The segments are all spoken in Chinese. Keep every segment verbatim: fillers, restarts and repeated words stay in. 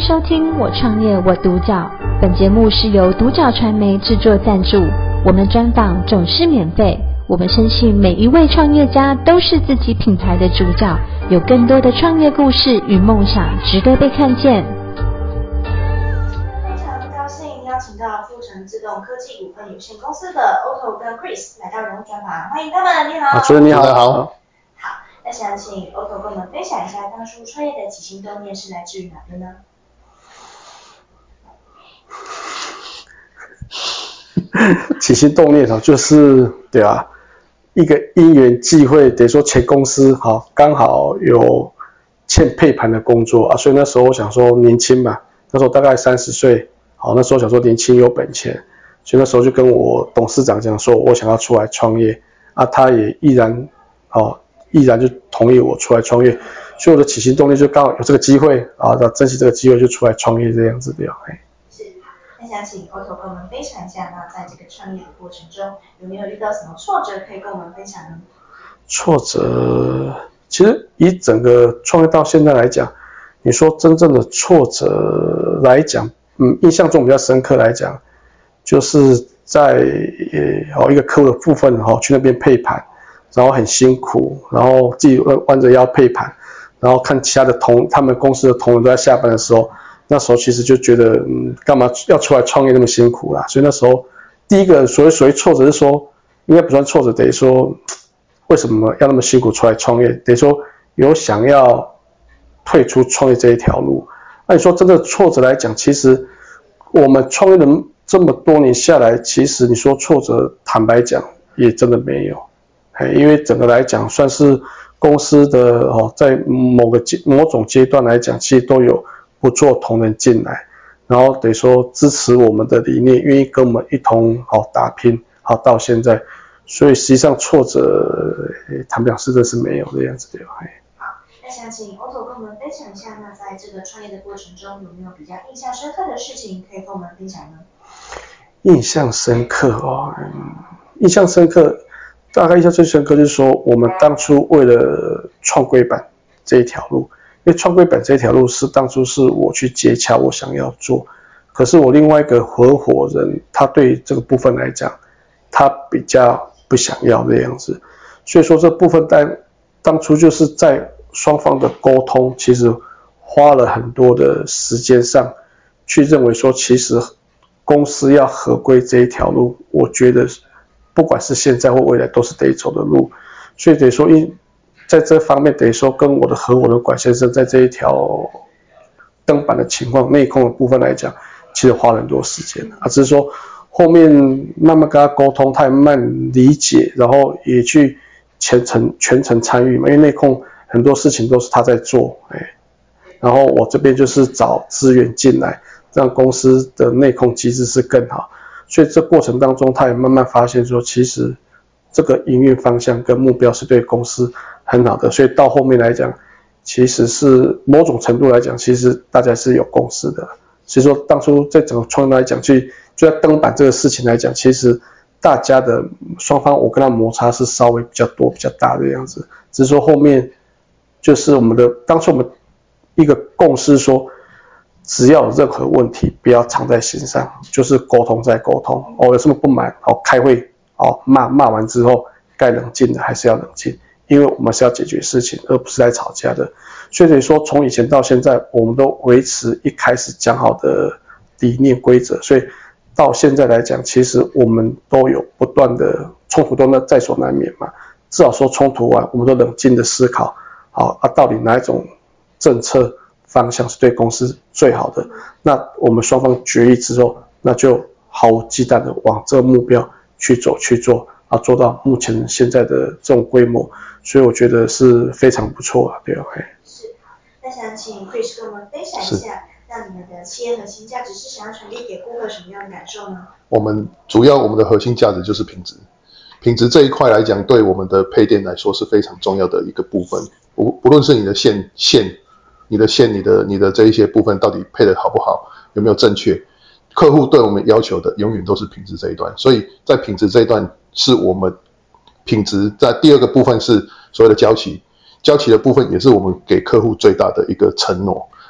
收听《我创业我独角》，本节目是由独角传媒制作赞助，我们专访总是免费。我们深信每一位创业家都是自己品牌的主角，有更多的创业故事与梦想值得被看见。 非常高兴邀请到富城自动科技股份有限公司的 Otto 跟 Chris 来到人物专访，欢迎他们。你好， 主持人你好。 好。 好，那想请 Otto 跟我们分享一下当初创业的起心动念是来自于哪边呢？ 起心动念就是对啊，一个因缘际会，得说前公司好刚好有欠配盘的工作啊，所以那时候我想说年轻嘛，那时候大概三十岁，好那时候想说年轻有本钱，所以那时候就跟我董事长讲说，我想要出来创业啊，他也毅然哦毅然就同意我出来创业，所以我的起心动念就刚好有这个机会啊，珍惜这个机会就出来创业这样子的。 是，那想请 Otto 跟我们分享一下，那在这个创业的过程中，有没有遇到什么挫折可以跟我们分享呢？ 挫折，其实以整个创业到现在来讲，你说真正的挫折来讲，嗯，印象中比较深刻来讲，就是在呃一个客户的部分哈，去那边配盘，然后很辛苦，然后自己弯着腰配盘，然后看其他的同他们公司的同仁都在下班的时候，那时候其实就觉得，嗯，干嘛要出来创业那么辛苦啦？所以那时候第一个所谓所谓挫折是说，应该不算挫折，等于说为什么要那么辛苦出来创业？等于说有想要退出创业这一条路。那你说真的挫折来讲，其实我们创业的这么多年下来，其实你说挫折，坦白讲也真的没有。因为整个来讲算是公司的哦，在某个某种阶段来讲，其实都有不错同仁进来，然后等于说支持我们的理念，愿意跟我们一同好打拼，好到现在，所以实际上挫折，坦白讲是真是没有这样子的。 好，那想请 Otto 跟我们分享一下，那在这个创业的过程中，有没有比较印象深刻的事情可以跟我们分享呢？ 印象深刻哦，嗯、印象深刻。大概印象最深刻就是说，我们当初为了创柜板这一条路，因为创柜板这一条路是当初是我去接洽，我想要做，可是我另外一个合伙人，他对这个部分来讲，他比较不想要这样子，所以说这部分在当初就是在双方的沟通，其实花了很多的时间上去认为说，其实公司要合规这一条路，我觉得不管是现在或未来都是得走的路，所以等于说因在这方面等于说跟我的合伙人管先生在这一条登板的情况内控的部分来讲，其实花了很多时间啊，只是说后面慢慢跟他沟通，他也慢慢理解，然后也去全程全程参与嘛，因为内控很多事情都是他在做，哎，然后我这边就是找资源进来，让公司的内控机制是更好。所以这过程当中，他也慢慢发现说，其实这个营运方向跟目标是对公司很好的。所以到后面来讲，其实是某种程度来讲，其实大家是有共识的。所以说，当初在整个创业来讲，去就在登板这个事情来讲，其实大家的双方我跟他摩擦是稍微比较多、比较大的样子。只是说后面就是我们的当初我们一个共识说，只要有任何问题，不要藏在心上，就是沟通再沟通。哦，有什么不满，哦，开会，哦，骂骂完之后，该冷静的还是要冷静，因为我们是要解决事情，而不是来吵架的。所以说，从以前到现在，我们都维持一开始讲好的理念规则，所以到现在来讲，其实我们都有不断的冲突，都在所难免嘛。至少说冲突完，我们都冷静的思考，好啊，到底哪一种政策方向是对公司最好的，那我们双方决议之后，那就毫无忌惮的往这个目标去走去做啊，做到目前现在的这种规模，所以我觉得是非常不错啊，对啊。 是，那想请 Chris 跟我们分享一下，那你们的企业核心价值是想要传递给顾客什么样的感受呢？ 我们主要我们的核心价值就是品质，品质这一块来讲，对我们的配电来说是非常重要的一个部分，不不论是你的线线。你的线、你的、你的这一些部分到底配的好不好，有没有正确？客户对我们要求的永远都是品质这一段，所以在品质这一段是我们品质在第二个部分是所谓的交期，交期的部分也是我们给客户最大的一个承诺。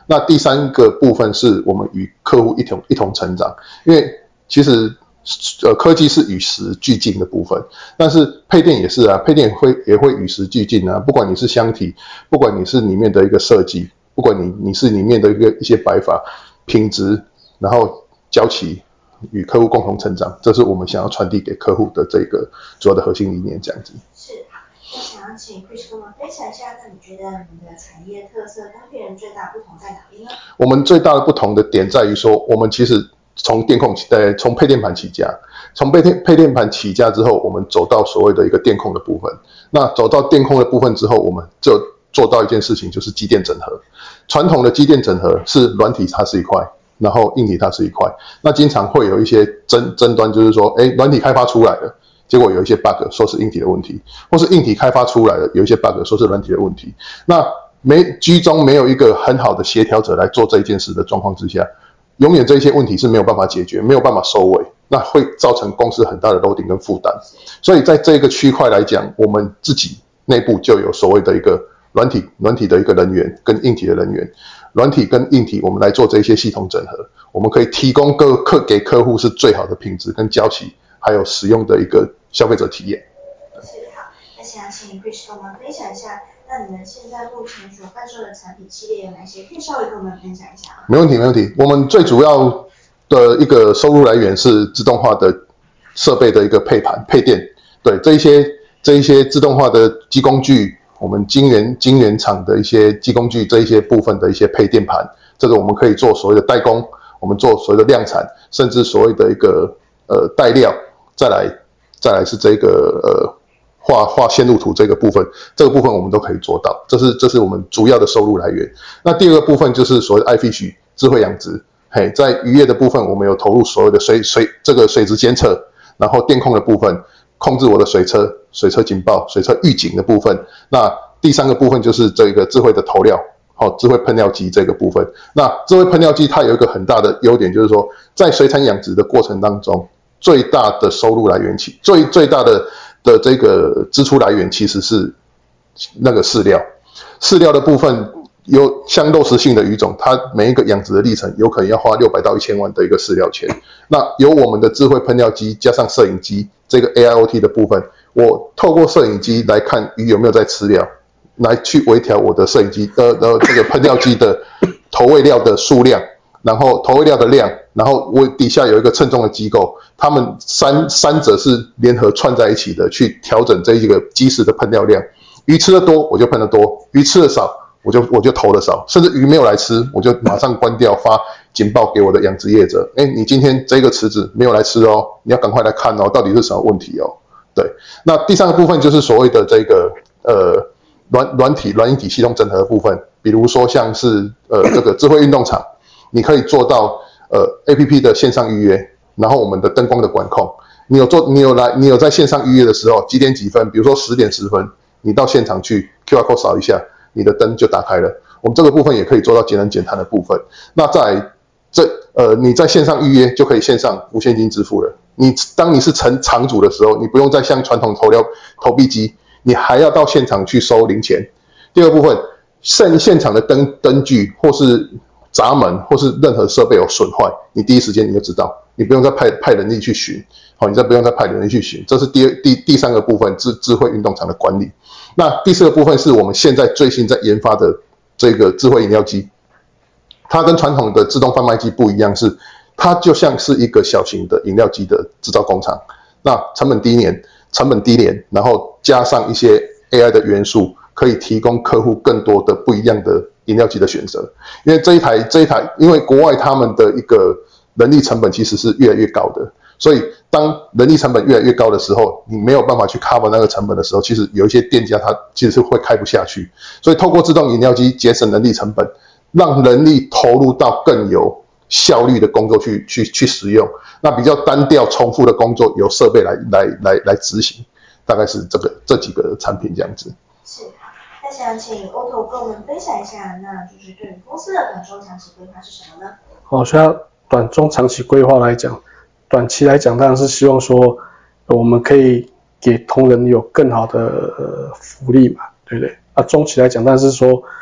那第三个部分是我们与客户一同一同成长，因为其实呃科技是与时俱进的部分，但是配电也是啊，配电也会也会与时俱进啊，不管你是箱体，不管你是里面的一个设计，不管你你是里面的一个一些摆法、品质，然后交期与客户共同成长，这是我们想要传递给客户的这个主要的核心理念，这样子。 是，那想要请 Chris 跟我们分享一下，那你觉得你的产业特色跟别人最大的不同在哪里呢？ 我们最大的不同的点在于说，我们其实从电控呃从配电盘起家，从配电配电盘起家之后，我们走到所谓的一个电控的部分。那走到电控的部分之后，我们就做到一件事情，就是机电整合。传统的机电整合是软体它是一块，然后硬体它是一块。那经常会有一些争争端，就是说，哎，软体开发出来了，结果有一些 bug 说是硬体的问题，或是硬体开发出来了，有一些 bug 说是软体的问题。那没居中没有一个很好的协调者来做这一件事的状况之下，永远这些问题是没有办法解决，没有办法收尾，那会造成公司很大的 loading 跟负担。所以在这个区块来讲，我们自己内部就有所谓的一个软体软体的一个人员跟硬体的人员，软体跟硬体我们来做这些系统整合，我们可以提供各客给客户是最好的品质跟交期，还有使用的一个消费者体验。 是，好，那想请 Chris 跟我们分享一下，那你们现在目前所贩售的产品系列有哪些？可以稍微跟我们分享一下吗？ 没问题，没问题。我们最主要的一个收入来源是自动化的设备的一个配盘配电，对这一些这一些自动化的机工具，我们晶圆晶圆厂的一些机工具这一些部分的一些配电盘，这个我们可以做所谓的代工，我们做所谓的量产，甚至所谓的一个呃带料，再来再来是这个呃画画线路图这个部分，这个部分我们都可以做到，这是这是我们主要的收入来源。那第二个部分就是所谓的 iFish 智慧养殖，嘿，在渔业的部分，我们有投入所谓的水水这个水质监测，然后电控的部分，控制我的水车、水车警报、水车预警的部分。那第三个部分就是这个智慧的投料，好、哦，智慧喷料机这个部分。那智慧喷料机它有一个很大的优点，就是说在水产养殖的过程当中，最大的收入来源其最最大的的这个支出来源其实是那个饲料，饲料的部分。有像肉食性的鱼种，它每一个养殖的历程有可能要花六百到一千万的一个饲料钱。那有我们的智慧喷料机加上摄影机这个 A I O T 的部分，我透过摄影机来看鱼有没有在吃料，来去微调我的摄影机呃呃这个喷料机的投喂料的数量，然后投喂料的量，然后我底下有一个称重的机构，他们三三者是联合串在一起的，去调整这一个鸡食的喷料量。鱼吃的多我就喷的多，鱼吃的少。我就我就投的少，甚至鱼没有来吃，我就马上关掉，发警报给我的养殖业者。哎，你今天这个池子没有来吃哦，你要赶快来看哦，到底是什么问题哦？对，那第三个部分就是所谓的这个呃软软体软硬体系统整合的部分，比如说像是呃这个智慧运动场，你可以做到呃 A P P 的线上预约，然后我们的灯光的管控，你有做你有来你有在线上预约的时候，几点几分，比如说十点十分，你到现场去 Q R code 扫一下。你的灯就打开了，我们这个部分也可以做到节能减碳的部分。那在这呃你在线上预约就可以线上无现金支付了。你当你是成场主的时候，你不用再像传统投料投币机，你还要到现场去收零钱。第二部分，现现场的灯灯具或是闸门或是任何设备有损坏，你第一时间你就知道，你不用再派派人力去巡，好，你再不用再派人力去巡。这是第二第第三个部分，智智慧运动场的管理。那第四个部分是我们现在最新在研发的这个智慧饮料机，它跟传统的自动贩卖机不一样，是它就像是一个小型的饮料机的制造工厂。那成本低廉，成本低廉，然后加上一些 A I 的元素，可以提供客户更多的不一样的饮料机的选择。因为这一台这一台，因为国外他们的一个人力成本其实是越来越高的。所以当人力成本越来越高的时候，你没有办法去 cover 那个成本的时候，其实有一些店家他其实是会开不下去。所以透过自动饮料机节省人力成本，让人力投入到更有效率的工作去去去使用。那比较单调重复的工作由设备来来来来执行，大概是这个这几个产品这样子。 是，好，那想请 Otto 跟我们分享一下，那就是对于公司的短中长期规划是什么呢？ 好，所以短中长期规划来讲。短期来讲，当然是希望说，呃、我们可以给同仁有更好的、呃、福利嘛，对不对？啊，中期来讲，但是说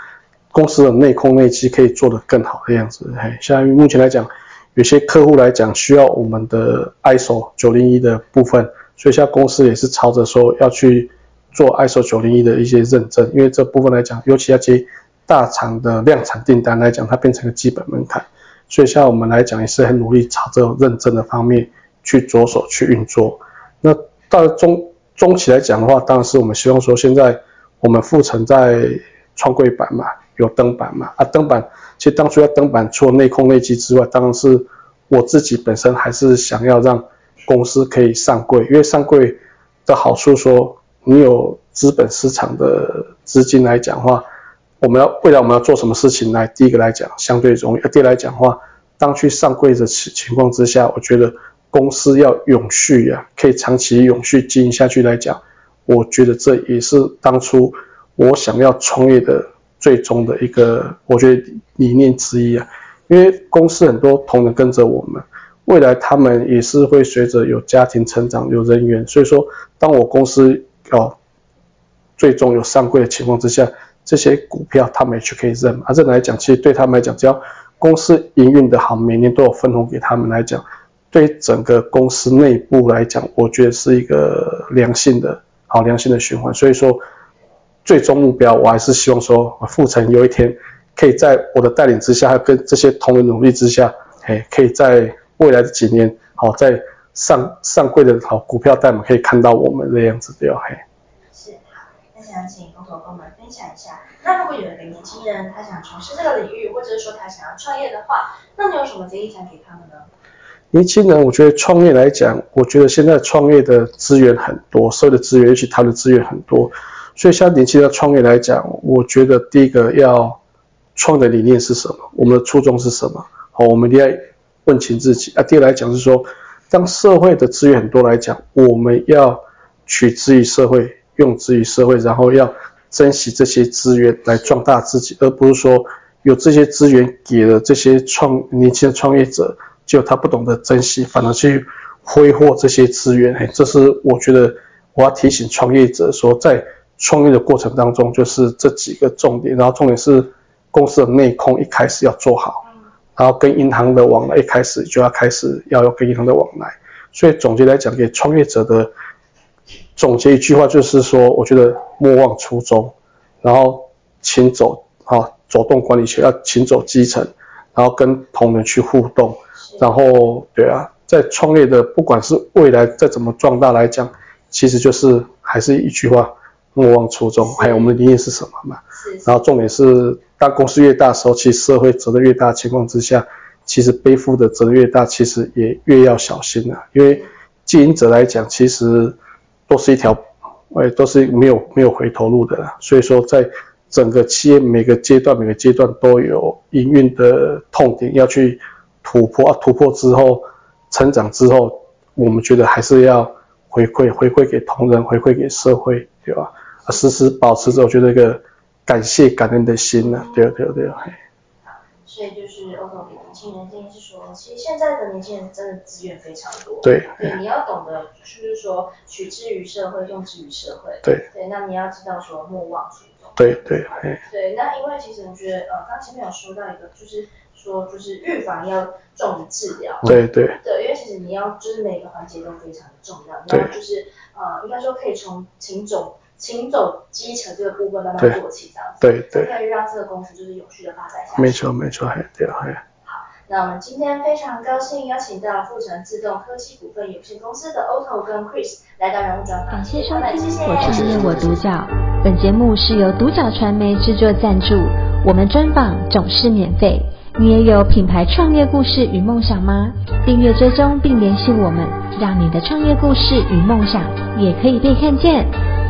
公司的内控内机可以做得更好的样子。嘿，像目前来讲，有些客户来讲需要我们的 I S O 九零一的部分，所以现在公司也是朝着说要去做 I S O 九零一的一些认证，因为这部分来讲，尤其要接大厂的量产订单来讲，它变成个基本门槛，所以像我们来讲也是很努力朝着认证的方面去着手去运作。那到中中期来讲的话，当然是我们希望说，现在我们富城在创柜板嘛，有登板嘛，啊登板其实当初要登板，除了内控内机之外，当然是我自己本身还是想要让公司可以上柜，因为上柜的好处说，你有资本市场的资金来讲的话，我们要未来我们要做什么事情来，第一个来讲相对容易，第二来讲的话，当去上柜的情况之下，我觉得公司要永续啊，可以长期永续经营下去来讲，我觉得这也是当初我想要创业的最终的一个我觉得理念之一啊。因为公司很多同仁跟着我们，未来他们也是会随着有家庭成长有人员，所以说当我公司哦最终有上柜的情况之下，这些股票他们也去可以认啊，认来讲，其实对他们来讲，只要公司营运的好，每年都有分红给他们来讲，对整个公司内部来讲，我觉得是一个良性的好良性的循环。所以说，最终目标我还是希望说，富城有一天可以在我的带领之下，还有跟这些同仁努力之下，哎，可以在未来的几年，好在上上柜的好股票代码可以看到我们的样子对吧？嘿。 是，那想请工头跟我们分享一下，那如果有一个年轻人他想从事这个领域，或者是说他想要创业的话，那你有什么建议想给他们呢？ 年轻人，我觉得创业来讲，我觉得现在创业的资源很多，社会的资源，尤其他的资源很多，所以像年轻人创业来讲，我觉得第一个要创的理念是什么，我们的初衷是什么，好，我们一定要问清自己啊。第二来讲是说，当社会的资源很多来讲，我们要取之于社会，用之于社会，然后要珍惜这些资源来壮大自己，而不是说有这些资源给了这些创年轻的创业者，就他不懂得珍惜，反而去挥霍这些资源。这是我觉得我要提醒创业者说，在创业的过程当中，就是这几个重点，然后重点是公司的内控一开始要做好，然后跟银行的往来一开始就要开始要有跟银行的往来。所以总结来讲，给创业者的总结一句话就是说，我觉得莫忘初衷，然后勤走啊，走动管理学要勤走基层，然后跟同仁去互动，然后对啊，在创业的不管是未来再怎么壮大来讲，其实就是还是一句话，莫忘初衷，还有我们的理念是什么嘛。然后重点是，当公司越大的时候，其实社会责任越大的情况之下，其实背负的责任越大，其实也越要小心啊。因为经营者来讲，其实都是一条，哎，都是没有没有回头路的啦。所以说，在整个企业每个阶段每个阶段都有营运的痛点要去突破，啊，突破之后成长之后，我们觉得还是要回馈回馈给同仁，回馈给社会，对吧？啊，时时保持着我觉得一个感谢感恩的心啊，对对对。 所以就是 Otto 给年轻人建议是说，其实现在的年轻人真的资源非常多， 对， 对，你要懂得就是说取之于社会，用之于社会， 对， 对，那你要知道说莫忘初衷， 对对， 对，那因为其实我觉得呃，刚前面有说到一个就是说就是预防要重于治疗， 对对对，因为其实你要就是每个环节都非常的重要，你要就是呃应该说可以从勤走勤走基层这个部分慢慢做起，这样子， 对对， 可以让这个公司就是永续的发展下去。 没错没错，对啊。 好，那我们今天非常高兴邀请到富城自动科技股份有限公司的 Otto 跟 Chris 来到人物专访。 感谢收听我创业我独角，本节目是由独角传媒制作赞助，我们专访总是免费。你也有品牌创业故事与梦想吗？订阅追踪并联系我们，让你的创业故事与梦想也可以被看见。